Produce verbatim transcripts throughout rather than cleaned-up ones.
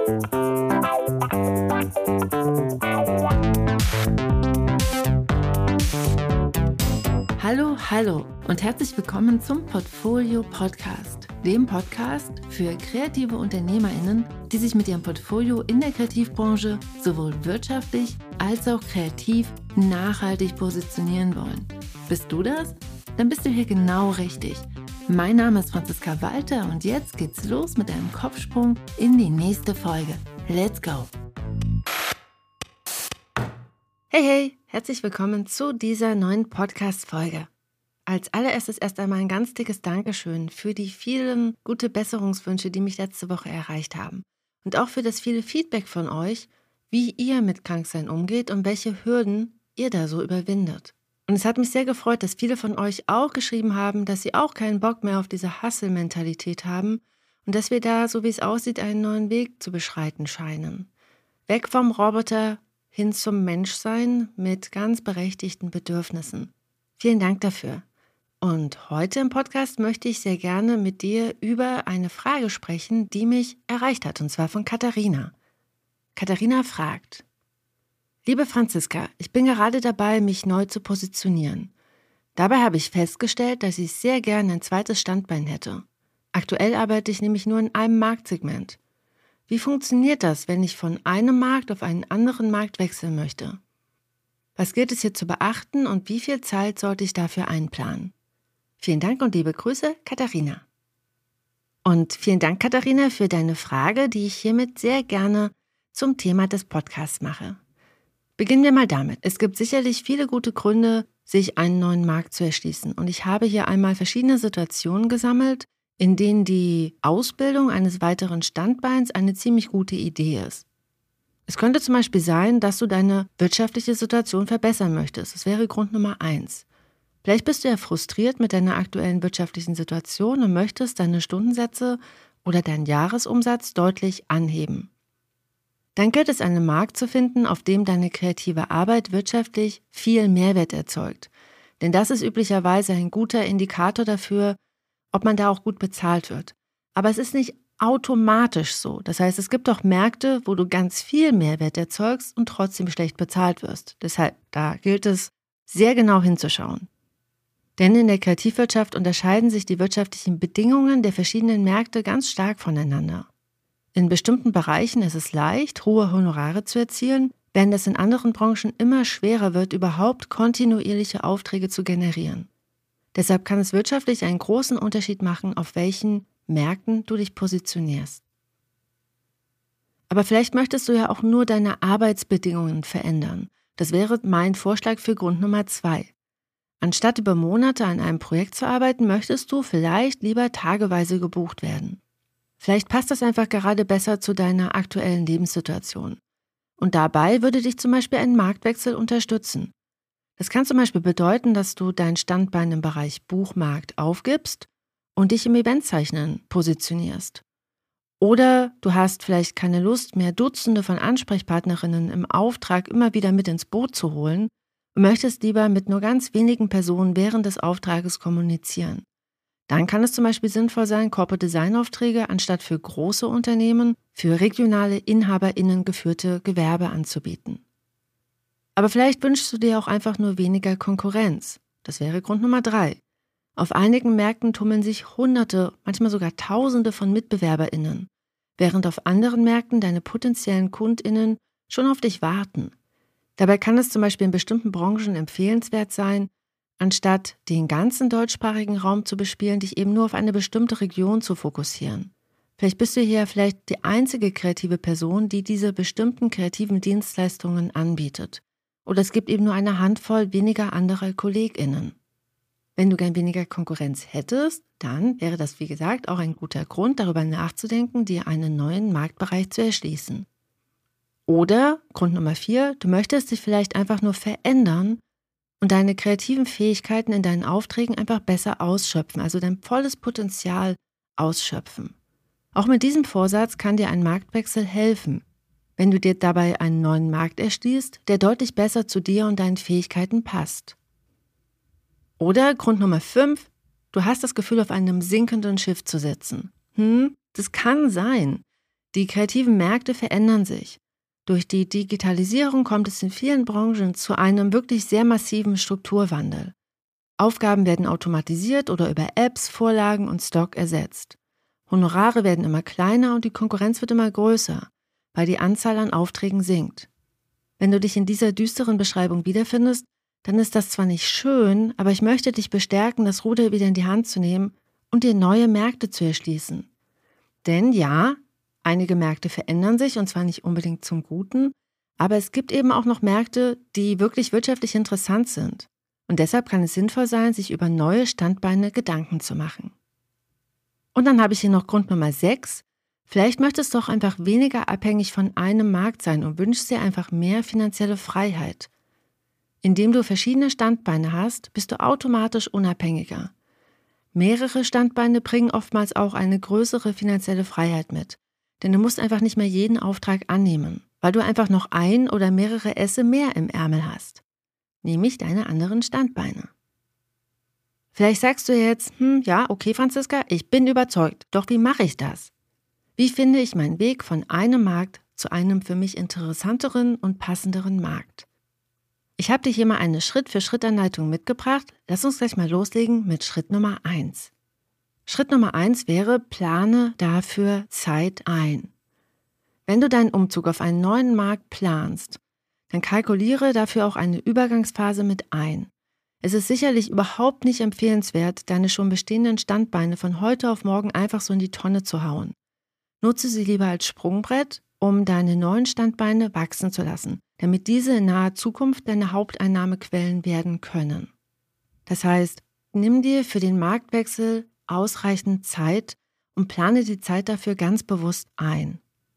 Hallo, hallo und herzlich willkommen zum Portfolio Podcast, dem Podcast für kreative UnternehmerInnen, die sich mit ihrem Portfolio in der Kreativbranche sowohl wirtschaftlich als auch kreativ nachhaltig positionieren wollen. Bist du das? Dann bist du hier genau richtig. Mein Name ist Franziska Walter und jetzt geht's los mit einem Kopfsprung in die nächste Folge. Let's go! Hey, hey, herzlich willkommen zu dieser neuen Podcast-Folge. Als allererstes erst einmal ein ganz dickes Dankeschön für die vielen gute Besserungswünsche, die mich letzte Woche erreicht haben. Und auch für das viele Feedback von euch, wie ihr mit Kranksein umgeht und welche Hürden ihr da so überwindet. Und es hat mich sehr gefreut, dass viele von euch auch geschrieben haben, dass sie auch keinen Bock mehr auf diese Hustle-Mentalität haben und dass wir da, so wie es aussieht, einen neuen Weg zu beschreiten scheinen. Weg vom Roboter hin zum Menschsein mit ganz berechtigten Bedürfnissen. Vielen Dank dafür. Und heute im Podcast möchte ich sehr gerne mit dir über eine Frage sprechen, die mich erreicht hat, und zwar von Katharina. Katharina fragt: Liebe Franziska, ich bin gerade dabei, mich neu zu positionieren. Dabei habe ich festgestellt, dass ich sehr gerne ein zweites Standbein hätte. Aktuell arbeite ich nämlich nur in einem Marktsegment. Wie funktioniert das, wenn ich von einem Markt auf einen anderen Markt wechseln möchte? Was gilt es hier zu beachten und wie viel Zeit sollte ich dafür einplanen? Vielen Dank und liebe Grüße, Katharina. Und vielen Dank, Katharina, für deine Frage, die ich hiermit sehr gerne zum Thema des Podcasts mache. Beginnen wir mal damit. Es gibt sicherlich viele gute Gründe, sich einen neuen Markt zu erschließen. Und ich habe hier einmal verschiedene Situationen gesammelt, in denen die Ausbildung eines weiteren Standbeins eine ziemlich gute Idee ist. Es könnte zum Beispiel sein, dass du deine wirtschaftliche Situation verbessern möchtest. Das wäre Grund Nummer eins. Vielleicht bist du ja frustriert mit deiner aktuellen wirtschaftlichen Situation und möchtest deine Stundensätze oder deinen Jahresumsatz deutlich anheben. Dann gilt es, einen Markt zu finden, auf dem deine kreative Arbeit wirtschaftlich viel Mehrwert erzeugt. Denn das ist üblicherweise ein guter Indikator dafür, ob man da auch gut bezahlt wird. Aber es ist nicht automatisch so. Das heißt, es gibt auch Märkte, wo du ganz viel Mehrwert erzeugst und trotzdem schlecht bezahlt wirst. Deshalb, da gilt es, sehr genau hinzuschauen. Denn in der Kreativwirtschaft unterscheiden sich die wirtschaftlichen Bedingungen der verschiedenen Märkte ganz stark voneinander. In bestimmten Bereichen ist es leicht, hohe Honorare zu erzielen, während es in anderen Branchen immer schwerer wird, überhaupt kontinuierliche Aufträge zu generieren. Deshalb kann es wirtschaftlich einen großen Unterschied machen, auf welchen Märkten du dich positionierst. Aber vielleicht möchtest du ja auch nur deine Arbeitsbedingungen verändern. Das wäre mein Vorschlag für Grund Nummer zwei. Anstatt über Monate an einem Projekt zu arbeiten, möchtest du vielleicht lieber tageweise gebucht werden. Vielleicht passt das einfach gerade besser zu deiner aktuellen Lebenssituation. Und dabei würde dich zum Beispiel ein Marktwechsel unterstützen. Das kann zum Beispiel bedeuten, dass du dein Standbein im Bereich Buchmarkt aufgibst und dich im Eventzeichnen positionierst. Oder du hast vielleicht keine Lust mehr, Dutzende von Ansprechpartnerinnen im Auftrag immer wieder mit ins Boot zu holen und möchtest lieber mit nur ganz wenigen Personen während des Auftrages kommunizieren. Dann kann es zum Beispiel sinnvoll sein, Corporate Design-Aufträge anstatt für große Unternehmen für regionale InhaberInnen geführte Gewerbe anzubieten. Aber vielleicht wünschst du dir auch einfach nur weniger Konkurrenz. Das wäre Grund Nummer drei. Auf einigen Märkten tummeln sich Hunderte, manchmal sogar Tausende von MitbewerberInnen, während auf anderen Märkten deine potenziellen KundInnen schon auf dich warten. Dabei kann es zum Beispiel in bestimmten Branchen empfehlenswert sein, anstatt den ganzen deutschsprachigen Raum zu bespielen, dich eben nur auf eine bestimmte Region zu fokussieren. Vielleicht bist du hier vielleicht die einzige kreative Person, die diese bestimmten kreativen Dienstleistungen anbietet. Oder es gibt eben nur eine Handvoll weniger anderer KollegInnen. Wenn du gern weniger Konkurrenz hättest, dann wäre das, wie gesagt, auch ein guter Grund, darüber nachzudenken, dir einen neuen Marktbereich zu erschließen. Oder, Grund Nummer vier, du möchtest dich vielleicht einfach nur verändern und deine kreativen Fähigkeiten in deinen Aufträgen einfach besser ausschöpfen, also dein volles Potenzial ausschöpfen. Auch mit diesem Vorsatz kann dir ein Marktwechsel helfen, wenn du dir dabei einen neuen Markt erschließt, der deutlich besser zu dir und deinen Fähigkeiten passt. Oder Grund Nummer fünf, du hast das Gefühl, auf einem sinkenden Schiff zu sitzen. Hm, das kann sein. Die kreativen Märkte verändern sich. Durch die Digitalisierung kommt es in vielen Branchen zu einem wirklich sehr massiven Strukturwandel. Aufgaben werden automatisiert oder über Apps, Vorlagen und Stock ersetzt. Honorare werden immer kleiner und die Konkurrenz wird immer größer, weil die Anzahl an Aufträgen sinkt. Wenn du dich in dieser düsteren Beschreibung wiederfindest, dann ist das zwar nicht schön, aber ich möchte dich bestärken, das Ruder wieder in die Hand zu nehmen und dir neue Märkte zu erschließen. Denn ja, einige Märkte verändern sich und zwar nicht unbedingt zum Guten, aber es gibt eben auch noch Märkte, die wirklich wirtschaftlich interessant sind. Und deshalb kann es sinnvoll sein, sich über neue Standbeine Gedanken zu machen. Und dann habe ich hier noch Grund Nummer sechs. Vielleicht möchtest du auch einfach weniger abhängig von einem Markt sein und wünschst dir einfach mehr finanzielle Freiheit. Indem du verschiedene Standbeine hast, bist du automatisch unabhängiger. Mehrere Standbeine bringen oftmals auch eine größere finanzielle Freiheit mit. Denn du musst einfach nicht mehr jeden Auftrag annehmen, weil du einfach noch ein oder mehrere Esse mehr im Ärmel hast. Nämlich deine anderen Standbeine. Vielleicht sagst du jetzt, hm, ja, okay, Franziska, ich bin überzeugt. Doch wie mache ich das? Wie finde ich meinen Weg von einem Markt zu einem für mich interessanteren und passenderen Markt? Ich habe dir hier mal eine Schritt-für-Schritt-Anleitung mitgebracht. Lass uns gleich mal loslegen mit Schritt Nummer eins. Schritt Nummer eins wäre, plane dafür Zeit ein. Wenn du deinen Umzug auf einen neuen Markt planst, dann kalkuliere dafür auch eine Übergangsphase mit ein. Es ist sicherlich überhaupt nicht empfehlenswert, deine schon bestehenden Standbeine von heute auf morgen einfach so in die Tonne zu hauen. Nutze sie lieber als Sprungbrett, um deine neuen Standbeine wachsen zu lassen, damit diese in naher Zukunft deine Haupteinnahmequellen werden können. Das heißt, nimm dir für den Marktwechsel ausreichend Zeit und plane die Zeit dafür ganz bewusst ein.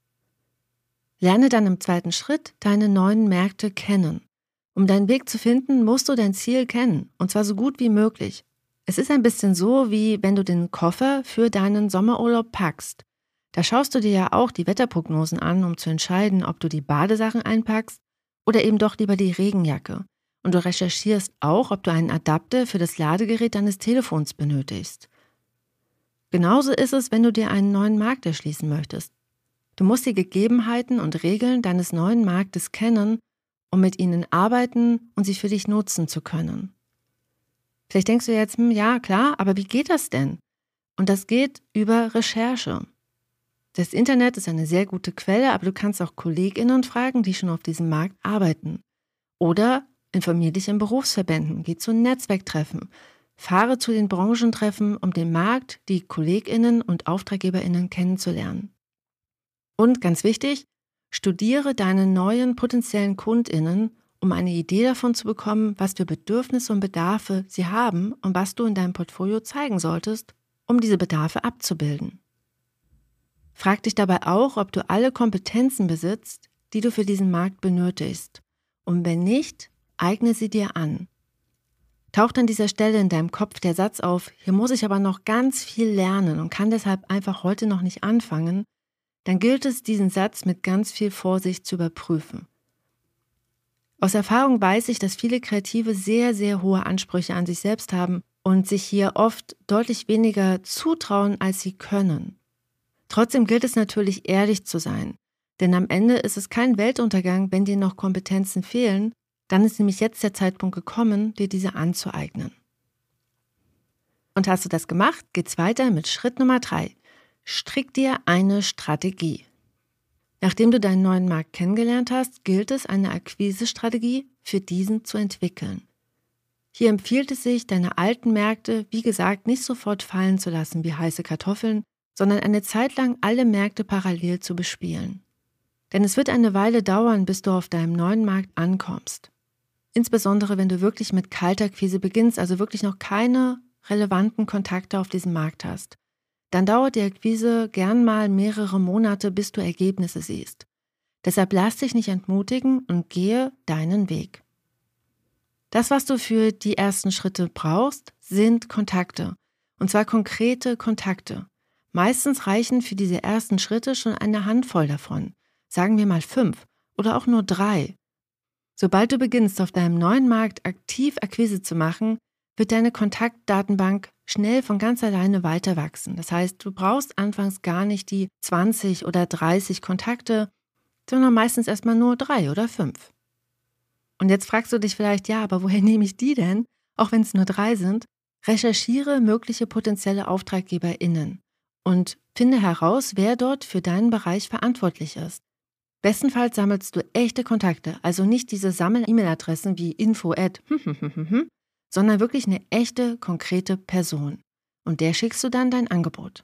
Lerne dann im zweiten Schritt deine neuen Märkte kennen. Um deinen Weg zu finden, musst du dein Ziel kennen, und zwar so gut wie möglich. Es ist ein bisschen so, wie wenn du den Koffer für deinen Sommerurlaub packst. Da schaust du dir ja auch die Wetterprognosen an, um zu entscheiden, ob du die Badesachen einpackst oder eben doch lieber die Regenjacke. Und du recherchierst auch, ob du einen Adapter für das Ladegerät deines Telefons benötigst. Genauso ist es, wenn du dir einen neuen Markt erschließen möchtest. Du musst die Gegebenheiten und Regeln deines neuen Marktes kennen, um mit ihnen arbeiten und sie für dich nutzen zu können. Vielleicht denkst du jetzt, hm, ja klar, aber wie geht das denn? Und das geht über Recherche. Das Internet ist eine sehr gute Quelle, aber du kannst auch KollegInnen fragen, die schon auf diesem Markt arbeiten. Oder informier dich in Berufsverbänden, geh zu Netzwerktreffen, fahre zu den Branchentreffen, um den Markt, die KollegInnen und AuftraggeberInnen kennenzulernen. Und ganz wichtig, studiere deine neuen potenziellen KundInnen, um eine Idee davon zu bekommen, was für Bedürfnisse und Bedarfe sie haben und was du in deinem Portfolio zeigen solltest, um diese Bedarfe abzubilden. Frag dich dabei auch, ob du alle Kompetenzen besitzt, die du für diesen Markt benötigst. Und wenn nicht, eigne sie dir an. Taucht an dieser Stelle in deinem Kopf der Satz auf, hier muss ich aber noch ganz viel lernen und kann deshalb einfach heute noch nicht anfangen, dann gilt es, diesen Satz mit ganz viel Vorsicht zu überprüfen. Aus Erfahrung weiß ich, dass viele Kreative sehr, sehr hohe Ansprüche an sich selbst haben und sich hier oft deutlich weniger zutrauen, als sie können. Trotzdem gilt es natürlich, ehrlich zu sein, denn am Ende ist es kein Weltuntergang, wenn dir noch Kompetenzen fehlen, dann ist nämlich jetzt der Zeitpunkt gekommen, dir diese anzueignen. Und hast du das gemacht, geht's weiter mit Schritt Nummer drei. Strick dir eine Strategie. Nachdem du deinen neuen Markt kennengelernt hast, gilt es, eine Akquisestrategie für diesen zu entwickeln. Hier empfiehlt es sich, deine alten Märkte, wie gesagt, nicht sofort fallen zu lassen wie heiße Kartoffeln, sondern eine Zeit lang alle Märkte parallel zu bespielen. Denn es wird eine Weile dauern, bis du auf deinem neuen Markt ankommst. Insbesondere, wenn du wirklich mit Kaltakquise beginnst, also wirklich noch keine relevanten Kontakte auf diesem Markt hast. Dann dauert die Akquise gern mal mehrere Monate, bis du Ergebnisse siehst. Deshalb lass dich nicht entmutigen und gehe deinen Weg. Das, was du für die ersten Schritte brauchst, sind Kontakte. Und zwar konkrete Kontakte. Meistens reichen für diese ersten Schritte schon eine Handvoll davon. Sagen wir mal fünf oder auch nur drei. Sobald du beginnst, auf deinem neuen Markt aktiv Akquise zu machen, wird deine Kontaktdatenbank schnell von ganz alleine weiter wachsen. Das heißt, du brauchst anfangs gar nicht die zwanzig oder dreißig Kontakte, sondern meistens erstmal nur drei oder fünf. Und jetzt fragst du dich vielleicht, ja, aber woher nehme ich die denn, auch wenn es nur drei sind? Recherchiere mögliche potenzielle AuftraggeberInnen und finde heraus, wer dort für deinen Bereich verantwortlich ist. Bestenfalls sammelst du echte Kontakte, also nicht diese Sammel-E-Mail-Adressen wie info at sondern wirklich eine echte, konkrete Person. Und der schickst du dann dein Angebot.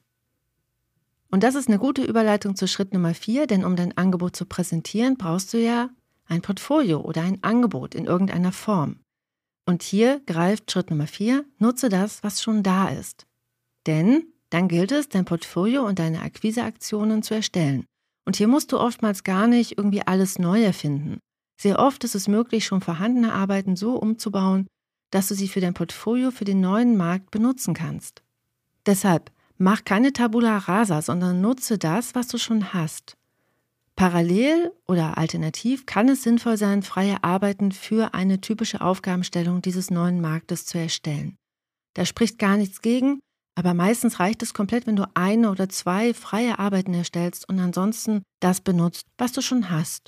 Und das ist eine gute Überleitung zu Schritt Nummer vier, denn um dein Angebot zu präsentieren, brauchst du ja ein Portfolio oder ein Angebot in irgendeiner Form. Und hier greift Schritt Nummer vier, nutze das, was schon da ist. Denn dann gilt es, dein Portfolio und deine Akquiseaktionen zu erstellen. Und hier musst du oftmals gar nicht irgendwie alles neu erfinden. Sehr oft ist es möglich, schon vorhandene Arbeiten so umzubauen, dass du sie für dein Portfolio für den neuen Markt benutzen kannst. Deshalb, mach keine Tabula rasa, sondern nutze das, was du schon hast. Parallel oder alternativ kann es sinnvoll sein, freie Arbeiten für eine typische Aufgabenstellung dieses neuen Marktes zu erstellen. Da spricht gar nichts gegen, aber meistens reicht es komplett, wenn du eine oder zwei freie Arbeiten erstellst und ansonsten das benutzt, was du schon hast.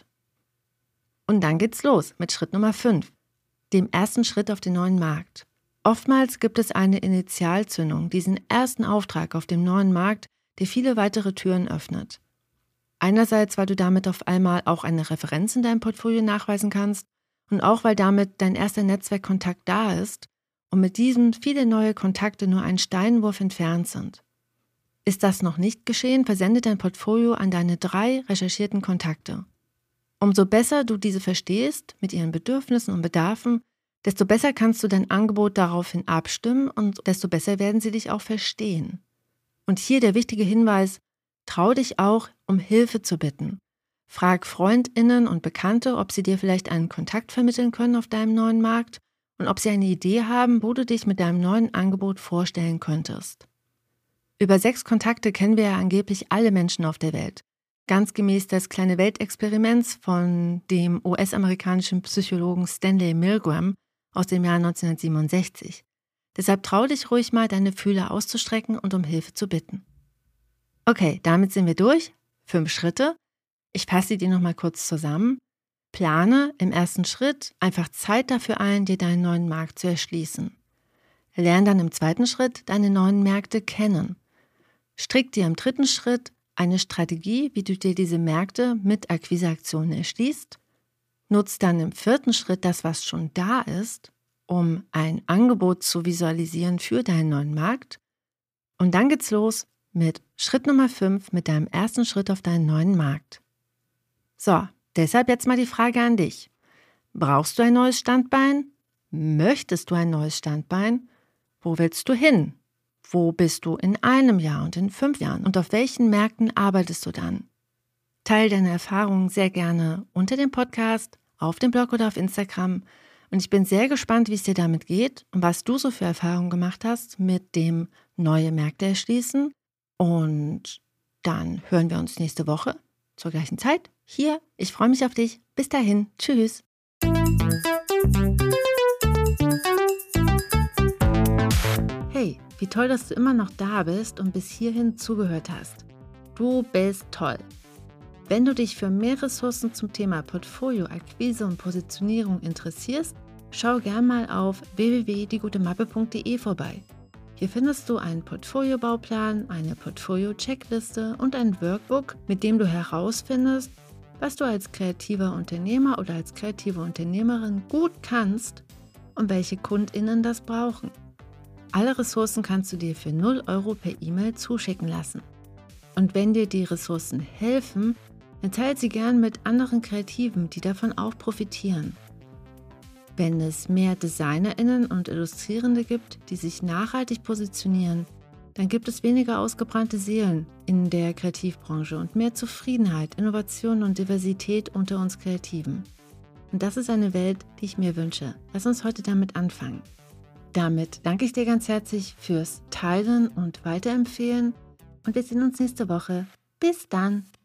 Und dann geht's los mit Schritt Nummer fünf, dem ersten Schritt auf den neuen Markt. Oftmals gibt es eine Initialzündung, diesen ersten Auftrag auf dem neuen Markt, der viele weitere Türen öffnet. Einerseits, weil du damit auf einmal auch eine Referenz in deinem Portfolio nachweisen kannst und auch, weil damit dein erster Netzwerkkontakt da ist und mit diesem viele neue Kontakte nur einen Steinwurf entfernt sind. Ist das noch nicht geschehen, versende dein Portfolio an deine drei recherchierten Kontakte. Umso besser du diese verstehst mit ihren Bedürfnissen und Bedarfen, desto besser kannst du dein Angebot daraufhin abstimmen und desto besser werden sie dich auch verstehen. Und hier der wichtige Hinweis, trau dich auch, um Hilfe zu bitten. Frag FreundInnen und Bekannte, ob sie dir vielleicht einen Kontakt vermitteln können auf deinem neuen Markt und ob sie eine Idee haben, wo du dich mit deinem neuen Angebot vorstellen könntest. Über sechs Kontakte kennen wir ja angeblich alle Menschen auf der Welt. Ganz gemäß des kleine Weltexperiments von dem U S-amerikanischen Psychologen Stanley Milgram aus dem Jahr neunzehnhundertsiebenundsechzig. Deshalb trau dich ruhig mal, deine Fühler auszustrecken und um Hilfe zu bitten. Okay, damit sind wir durch. Fünf Schritte. Ich fasse sie dir nochmal kurz zusammen. Plane im ersten Schritt einfach Zeit dafür ein, dir deinen neuen Markt zu erschließen. Lern dann im zweiten Schritt deine neuen Märkte kennen. Strick dir im dritten Schritt eine Strategie, wie du dir diese Märkte mit Akquiseaktionen erschließt. Nutz dann im vierten Schritt das, was schon da ist, um ein Angebot zu visualisieren für deinen neuen Markt. Und dann geht's los mit Schritt Nummer fünf, mit deinem ersten Schritt auf deinen neuen Markt. So, deshalb jetzt mal die Frage an dich. Brauchst du ein neues Standbein? Möchtest du ein neues Standbein? Wo willst du hin? Wo bist du in einem Jahr und in fünf Jahren? Und auf welchen Märkten arbeitest du dann? Teil deine Erfahrungen sehr gerne unter dem Podcast, auf dem Blog oder auf Instagram. Und ich bin sehr gespannt, wie es dir damit geht und was du so für Erfahrungen gemacht hast mit dem neue Märkte erschließen. Und dann hören wir uns nächste Woche zur gleichen Zeit hier. Ich freue mich auf dich. Bis dahin. Tschüss. Hey, wie toll, dass du immer noch da bist und bis hierhin zugehört hast. Du bist toll. Wenn du dich für mehr Ressourcen zum Thema Portfolio, Akquise und Positionierung interessierst, schau gern mal auf w w w punkt die gute mappe punkt d e vorbei. Hier findest du einen Portfoliobauplan, eine Portfolio-Checkliste und ein Workbook, mit dem du herausfindest, was du als kreativer Unternehmer oder als kreative Unternehmerin gut kannst und welche KundInnen das brauchen. Alle Ressourcen kannst du dir für null Euro per E-Mail zuschicken lassen. Und wenn dir die Ressourcen helfen, dann teile sie gern mit anderen Kreativen, die davon auch profitieren. Wenn es mehr DesignerInnen und Illustrierende gibt, die sich nachhaltig positionieren, dann gibt es weniger ausgebrannte Seelen in der Kreativbranche und mehr Zufriedenheit, Innovation und Diversität unter uns Kreativen. Und das ist eine Welt, die ich mir wünsche. Lass uns heute damit anfangen. Damit danke ich dir ganz herzlich fürs Teilen und Weiterempfehlen und wir sehen uns nächste Woche. Bis dann!